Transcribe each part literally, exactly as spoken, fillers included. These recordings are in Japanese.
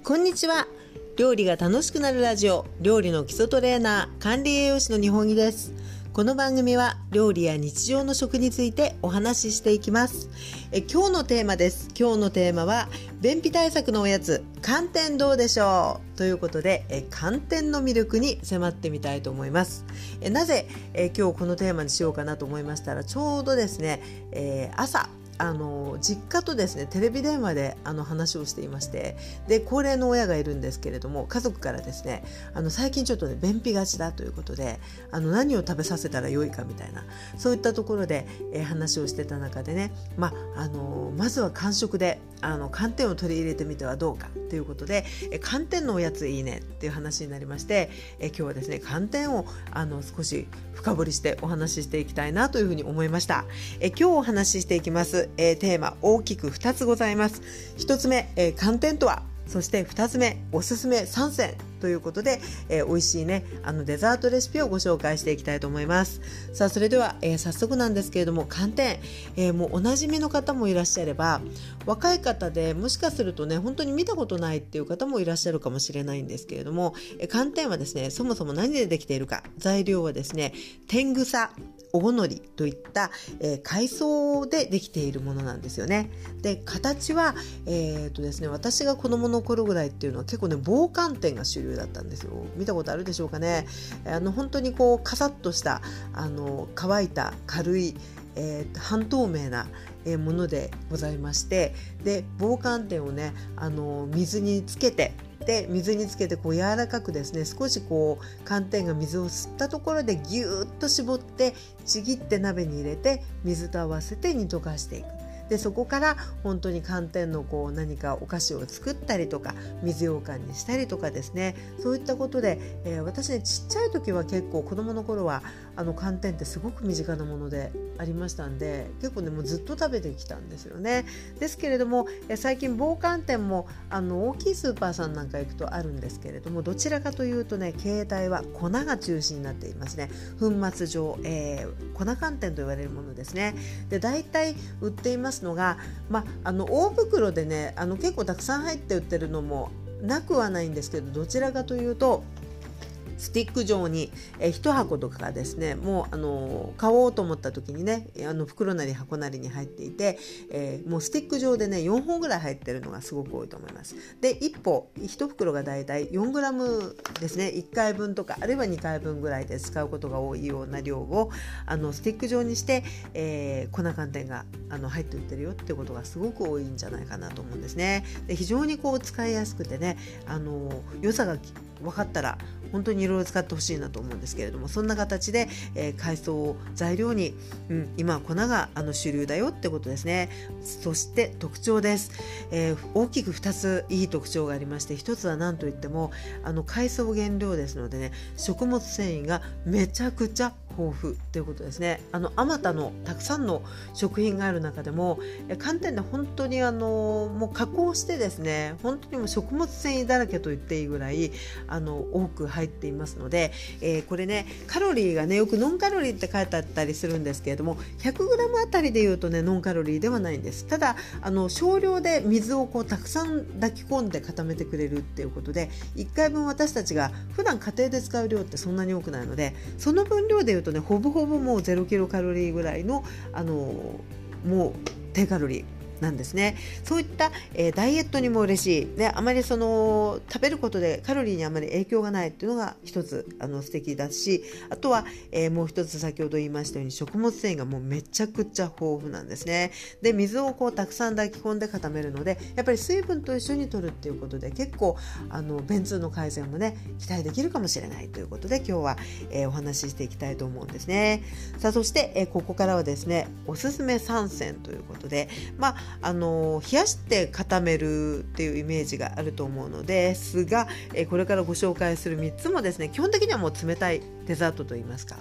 こんにちは。料理が楽しくなるラジオ、料理の基礎トレーナー、管理栄養士の日本木です。この番組は料理や日常の食についてお話ししていきます。え今日のテーマです。今日のテーマは便秘対策のおやつ、寒天どうでしょうということで、え寒天の魅力に迫ってみたいと思います。えなぜえ今日このテーマにしようかなと思いましたら、ちょうどですね、えー、朝あの実家とですねテレビ電話であの話をしていまして、で高齢の親がいるんですけれども、家族からですねあの最近ちょっとね便秘がちだということで、あの何を食べさせたらよいかみたいな、そういったところで、えー、話をしてた中でね、まあのまずは間食であの寒天を取り入れてみてはどうかということで、え寒天のおやついいねっていう話になりまして、え今日はですね寒天をあの少し深掘りしてお話ししていきたいなというふうに思いました。え今日お話ししていきますえー、テーマ大きくふたつございます。ひとつめ、えー、寒天とは、そしてふたつめおすすめさんせんということで、えー、美味しいねあのデザートレシピをご紹介していきたいと思います。さあそれでは、えー、早速なんですけれども、寒天、えー、もうおなじみの方もいらっしゃれば、若い方でもしかするとね本当に見たことないっていう方もいらっしゃるかもしれないんですけれども、えー、寒天はですねそもそも何でできているか、材料はですね天草、おごのりといった、えー、海藻でできているものなんですよね。で形は、えーとですね、私が子供の頃ぐらいっていうのは結構ね棒寒天が主流だったんですよ。見たことあるでしょうかね。あの本当にこうカサッとしたあの乾いた軽い、えー、半透明なものでございまして、で棒寒天をねあの水につけてで水につけてこう柔らかくですね、少しこう寒天が水を吸ったところでギューッと絞ってちぎって鍋に入れて水と合わせて煮溶かしていく。でそこから本当に寒天のこう何かお菓子を作ったりとか水羊羹にしたりとかですね、そういったことで、えー、私ねちっちゃい時は結構子どもの頃はあの寒天ってすごく身近なものでありましたんで、結構ねもうずっと食べてきたんですよね。ですけれども、えー、最近棒寒天もあの大きいスーパーさんなんか行くとあるんですけれども、どちらかというとね形態は粉が中心になっていますね。粉末状、えー、粉寒天と言われるものですね。で大体売っていますのが、まあ、あの大袋でねあの結構たくさん入って売ってるのもなくはないんですけど、どちらかというとスティック状にえいち箱とかがですね、もうあの買おうと思った時にねあの袋なり箱なりに入っていて、えー、もうスティック状でねよんほんぐらい入ってるのがすごく多いと思います。でいっぽいち袋がだいたいよんグラムですね。いっかいぶんとかあるいはにかいぶんぐらいで使うことが多いような量をあのスティック状にして、えー、粉寒天があの入って売ってるよってことがすごく多いんじゃないかなと思うんですね。で非常にこう使いやすくてね、あの良さが分かったら本当にいろいろ使ってほしいなと思うんですけれども、そんな形で、えー、海藻を材料に、うん、今は粉があの主流だよってことですね。そして特徴です、えー、大きくふたついい特徴がありまして、ひとつは何といってもあの海藻原料ですのでね、食物繊維がめちゃくちゃ豊富ということですね。あのあまたのたくさんの食品がある中でも寒天で本当にあのもう加工してですね、本当にもう食物繊維だらけと言っていいぐらいあの多く入っていますので、えー、これねカロリーがねよくノンカロリーって書いてあったりするんですけれども、 ひゃくグラム あたりでいうとねノンカロリーではないんです。ただあの少量で水をこうたくさん抱き込んで固めてくれるっていうことで、いっかいぶん私たちが普段家庭で使う量ってそんなに多くないので、その分量でいうとねほぼほぼもうゼロキロカロリーぐらいのあのもう低カロリーなんですね。そういった、えー、ダイエットにも嬉しい、ね、あまりその食べることでカロリーにあまり影響がないっていうのが一つあの素敵だし、あとは、えー、もう一つ先ほど言いましたように食物繊維がもうめちゃくちゃ豊富なんですね。で水をこうたくさん抱き込んで固めるので、やっぱり水分と一緒に摂るっていうことで結構あの便通の改善もね期待できるかもしれないということで、今日は、えー、お話ししていきたいと思うんですね。さあそして、えー、ここからはですねおすすめさんせんということで、まああの冷やして固めるっていうイメージがあると思うのですが、えこれからご紹介するみっつもですね基本的にはもう冷たいデザートといいますか、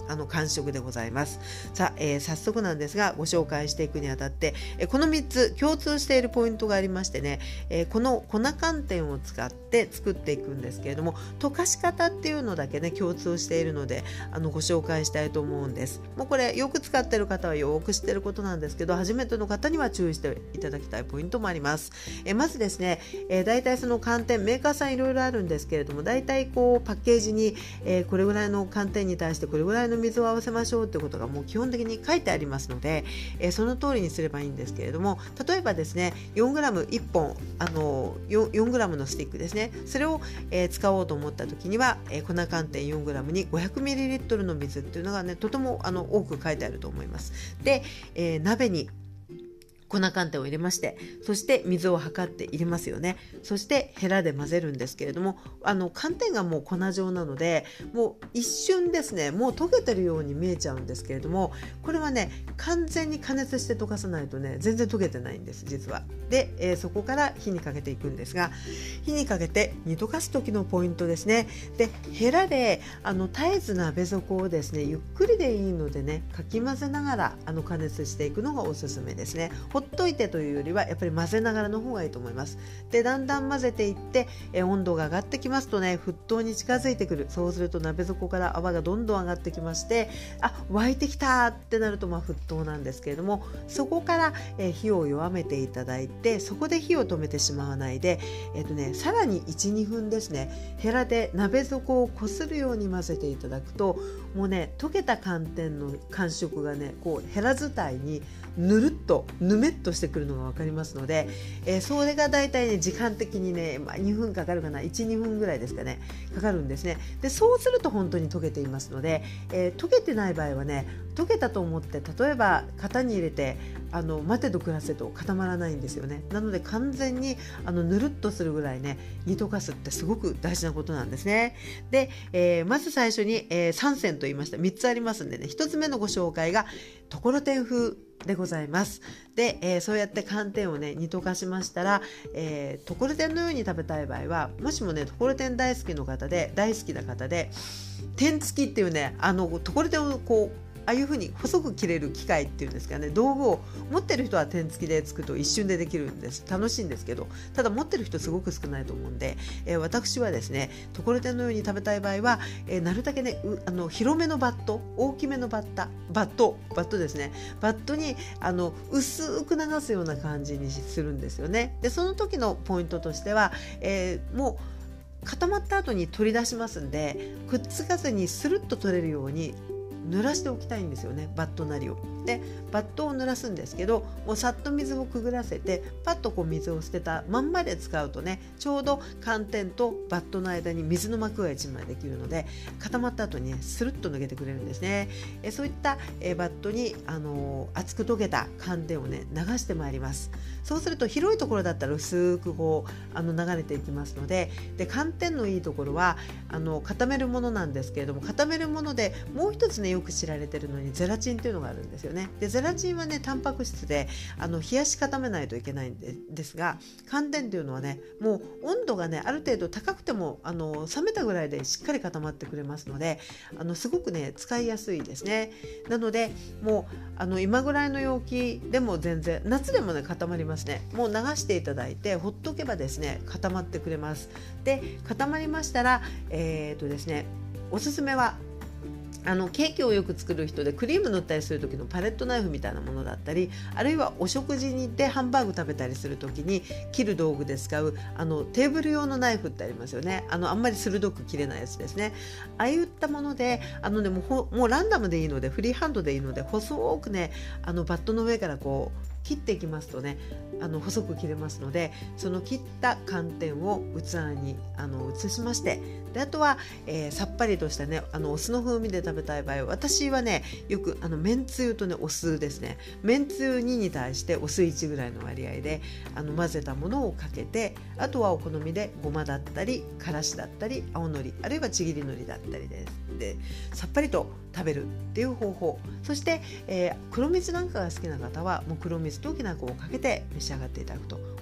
あの感触でございます。さあ、えー、早速なんですがご紹介していくにあたって、えー、このみっつ共通しているポイントがありましてね、えー、この粉寒天を使って作っていくんですけれども、溶かし方っていうのだけね共通しているのであのご紹介したいと思うんです。もうこれよく使っている方はよく知っていることなんですけど、初めての方には注意していただきたいポイントもあります。えー、まずですね、えー、だいたいその寒天メーカーさんいろいろあるんですけれども、だいたいこうパッケージに、えー、これぐらいの寒天に対してこれぐらいの水を合わせましょうということがもう基本的に書いてありますので、えー、その通りにすればいいんですけれども、例えばですね よんグラムいっぽんあの よんグラムのスティックですね、それを、えー、使おうと思った時には、えー、粉寒天 よんグラム に ごひゃくミリリットル の水っていうのがねとてもあの多く書いてあると思います。で、えー、鍋に粉寒天を入れまして、そして水を測って入れますよね。そしてヘラで混ぜるんですけれども、あの寒天がもう粉状なのでもう一瞬ですねもう溶けてるように見えちゃうんですけれども、これはね完全に加熱して溶かさないとね全然溶けてないんです実は。で、えー、そこから火にかけていくんですが、火にかけて煮溶かす時のポイントですね。でヘラであの絶えず鍋底をですねゆっくりでいいのでねかき混ぜながらあの加熱していくのがおすすめですね。ほっといてというよりはやっぱり混ぜながらの方がいいと思います。でだんだん混ぜていってえ温度が上がってきますとね沸騰に近づいてくる。そうすると鍋底から泡がどんどん上がってきまして、あ沸いてきたってなるとまあ沸騰なんですけれども、そこからえ火を弱めていただいて、そこで火を止めてしまわないで、えっとね、さらに いちにふんですねヘラで鍋底をこするように混ぜていただくと、もうね溶けた寒天の感触がねこうヘラ伝いにぬるっとぬめっとしてくるのが分かりますので、えー、それがだいたいね時間的にね、まあ、にふんかかるかな いちにふんぐらいですかねかかるんですね。でそうすると本当に溶けていますので、えー、溶けてない場合はね溶けたと思って例えば型に入れてあの待てど暮らせと固まらないんですよね。なので完全にあのぬるっとするぐらいね煮溶かすってすごく大事なことなんですね。で、えー、まず最初に、えー、さん選と言いました。みっつありますんでね、ひとつめのご紹介がところてん風でございます。で、えー、そうやって寒天をね煮溶かしましたら、えー、ところてんのように食べたい場合は、もしもねところてん大好きの方で大好きな方で天付きっていうねあのところてんをこうああいう風に細く切れる機械っていうんですかね、道具を持ってる人は天付きでつくと一瞬でできるんです。楽しいんですけど、ただ持ってる人すごく少ないと思うんで、えー、私はですねところてんのように食べたい場合は、えー、なるだけねあの広めのバット、大きめのバッタバットバットですねバットにあの薄く流すような感じにするんですよね。でその時のポイントとしては、えー、もう固まった後に取り出しますんで、くっつかずにスルッと取れるように濡らしておきたいんですよね、バットなりを。でバットを濡らすんですけど、もうさっと水をくぐらせてパッとこう水を捨てたまんまで使うとね、ちょうど寒天とバットの間に水の膜がいちまいできるので、固まった後にねスルッと抜けてくれるんですね。えそういったえバットに、あのー、厚く溶けた寒天をね流してまいります。そうすると広いところだったら薄くこうあの流れていきますので、で寒天のいいところはあの固めるものなんですけれども、固めるものでもう一つねよく知られているのにゼラチンというのがあるんですよね。でゼラチンはねタンパク質であの冷やし固めないといけないん で, ですが、寒天というのはねもう温度がねある程度高くてもあの冷めたぐらいでしっかり固まってくれますので、あのすごくね使いやすいですね。なのでもうあの今ぐらいの容器でも全然夏でもね固まりますね。もう流していただいてほっとけばですね固まってくれます。で固まりましたら、えーとですね、おすすめはあのケーキをよく作る人でクリーム塗ったりする時のパレットナイフみたいなものだったり、あるいはお食事に行ってハンバーグ食べたりする時に切る道具で使うあのテーブル用のナイフってありますよね。あのあんまり鋭く切れないやつですね。ああいったものであの、ね、もうほもうランダムでいいのでフリーハンドでいいので細くねあのバットの上からこう切っていきますとねあの細く切れますので、その切った寒天を器にあの移しまして、であとは、えー、さっぱりとしたねあのお酢の風味で食べたい場合は、私はねよくあのめんつゆとねお酢ですね、めんつゆにに対してお酢いちぐらいの割合であの混ぜたものをかけて、あとはお好みでごまだったりからしだったり青のりあるいはちぎりのりだったりですでさっぱりと食べるっていう方法。そして、えー、黒蜜なんかが好きな方はもう黒蜜ときな粉をかけて召し上がっていただくと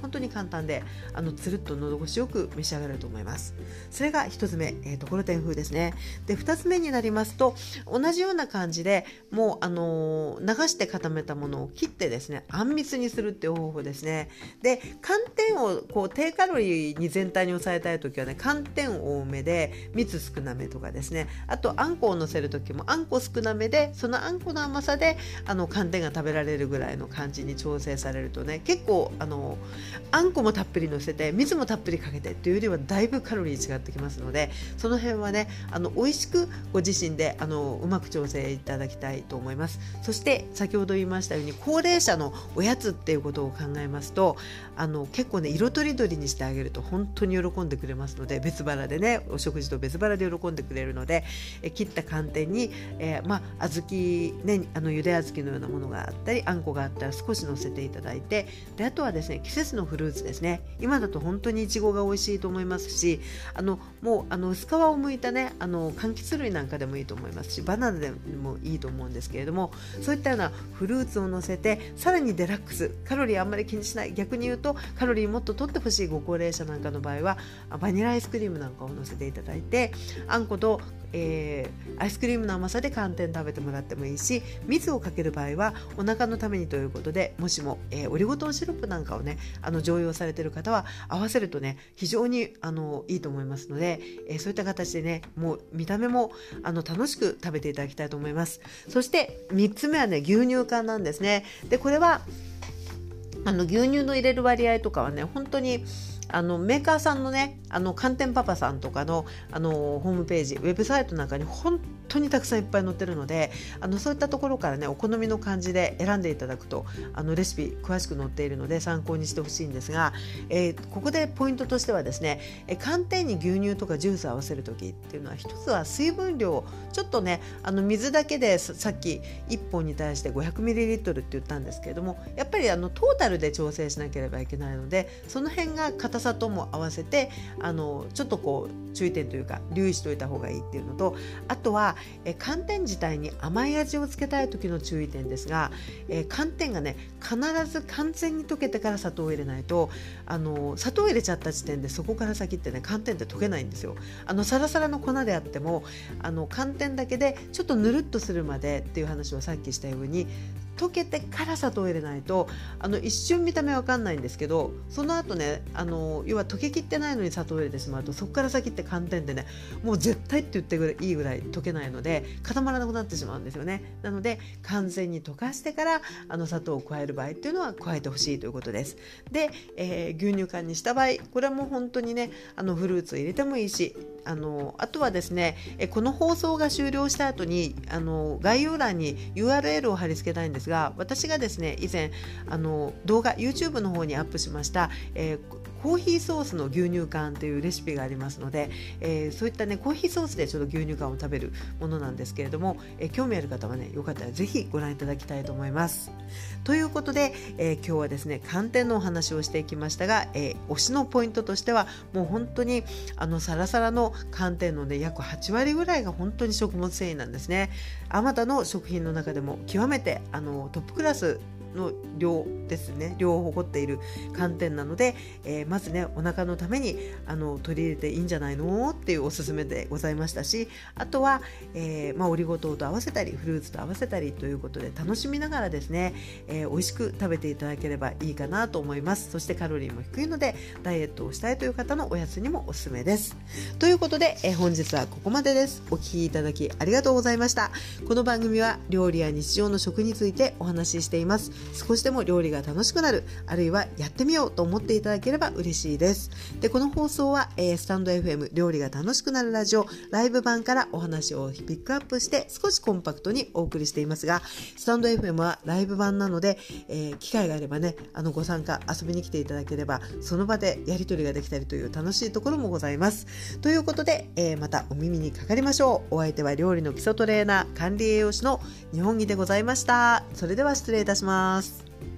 本当に簡単であのつるっと喉越しよく召し上がれると思います。それがひとつめ、えー、ところてん風ですね。でふたつめになりますと、同じような感じでもう、あのー、流して固めたものを切ってですね、あんみつにするっていう方法ですね。で寒天をこう低カロリーに全体に抑えたいときはね、寒天多めで蜜少なめとかですね、あとあんこを乗せるときもあんこ少なめで、そのあんこの甘さであの寒天が食べられるぐらいの感じに調整されるとね、結構あのあんこもたっぷり乗せて蜜もたっぷりかけてっていうよりはだいぶカロリー違ってきますので、その辺はねあの美味しくご自身であのうまく調整いただきたいと思います。そして先ほど言いましたように、高齢者のおやつっていうことを考えますと、あの結構ね色とりどりにしてあげると本当に喜んでくれますので、別腹でね、お食事と別腹で喜んでくれるので、え切った寒天に、えー、まあ小豆ね、あのゆで小豆のようなものがあったり、あんこがあったら少し乗せていただいて、であとはですね、季節のフルーツですね。今だと本当にいちごが美味しいと思いますし、あのもうあの薄皮を剥いたね、あの柑橘類なんかでもいいと思いますし、バナナでもいいと思うんですけれども、そういったようなフルーツを乗せて、さらにデラックス、カロリーあんまり気にしない、逆に言うとカロリーもっと取ってほしいご高齢者なんかの場合はバニラアイスクリームなんかを乗せていただいて、あんこと、えー、アイスクリームの甘さで寒天食べてもらってもいいし、蜜をかける場合はお腹のためにということで、もしも、えー、オリゴ糖シロップなんかをねあの常用されている方は合わせるとね非常にあのいいと思いますので、えー、そういった形でね、もう見た目もあの楽しく食べていただきたいと思います。そしてみっつめはね、牛乳缶なんですね。でこれはあの牛乳の入れる割合とかはね、本当にあのメーカーさんのね、あの寒天パパさんとかの、あのホームページ、ウェブサイトなんかに本当にたくさんいっぱい載ってるので、あのそういったところからねお好みの感じで選んでいただくと、あのレシピ詳しく載っているので参考にしてほしいんですが、えー、ここでポイントとしてはですね、え寒天に牛乳とかジュースを合わせる時っていうのは、一つは水分量、ちょっとねあの水だけでさっきいっぽんに対して ごひゃくミリリットル って言ったんですけれども、やっぱりあのトータルで調整しなければいけないので、その辺が硬さとも合わせてあのちょっとこう注意点というか留意しておいた方がいいっていうのと、あとはえ寒天自体に甘い味をつけたい時の注意点ですが、え寒天がね必ず完全に溶けてから砂糖を入れないと、あの砂糖を入れちゃった時点でそこから先ってね寒天って溶けないんですよ。あのサラサラの粉であっても、あの寒天だけでちょっとぬるっとするまでっていう話をさっきしたように、溶けてから砂糖を入れないと、あの一瞬見た目わかんないんですけど、その後ねあの要は溶けきってないのに砂糖を入れてしまうと、そこから先って寒天でねもう絶対って言ってぐらいいいぐらい溶けないので固まらなくなってしまうんですよね。なので完全に溶かしてからあの砂糖を加える場合っていうのは加えてほしいということです。で、えー、牛乳缶にした場合、これはもう本当にねあのフルーツを入れてもいいし、あのあとはですね、えこの放送が終了した後にあの概要欄に ユーアールエル を貼り付けたいんですが、私がですね以前あの動画 YouTube の方にアップしました、えーコーヒーソースの牛乳缶というレシピがありますので、えー、そういったねコーヒーソースでちょっと牛乳缶を食べるものなんですけれども、えー、興味ある方はねよかったらぜひご覧いただきたいと思います。ということで、えー、今日はですね寒天のお話をしていきましたが、えー、推しのポイントとしてはもう本当にあのサラサラの寒天のね約はちわりぐらいが本当に食物繊維なんですね。あまたの食品の中でも極めてあのトップクラスの量ですね、量を誇っている寒天なので、えー、まずねお腹のためにあの取り入れていいんじゃないのっていうおすすめでございましたし、あとは、えーまあ、オリゴ糖と合わせたりフルーツと合わせたりということで楽しみながらですね、えー、美味しく食べていただければいいかなと思います。そしてカロリーも低いのでダイエットをしたいという方のおやつにもおすすめです。ということで、えー、本日はここまでです。お聞きいただきありがとうございました。この番組は料理や日常の食についてお話ししています。少しでも料理が楽しくなる、あるいはやってみようと思っていただければ嬉しいです。でこの放送は、えー、スタンド エフエム 料理が楽しくなるラジオライブ版からお話をピックアップして少しコンパクトにお送りしていますが、スタンド エフエム はライブ版なので、えー、機会があればねあのご参加遊びに来ていただければその場でやり取りができたりという楽しいところもございます。ということで、えー、またお耳にかかりましょう。お相手は料理の基礎トレーナー管理栄養士の日本木でございました。それでは失礼いたします。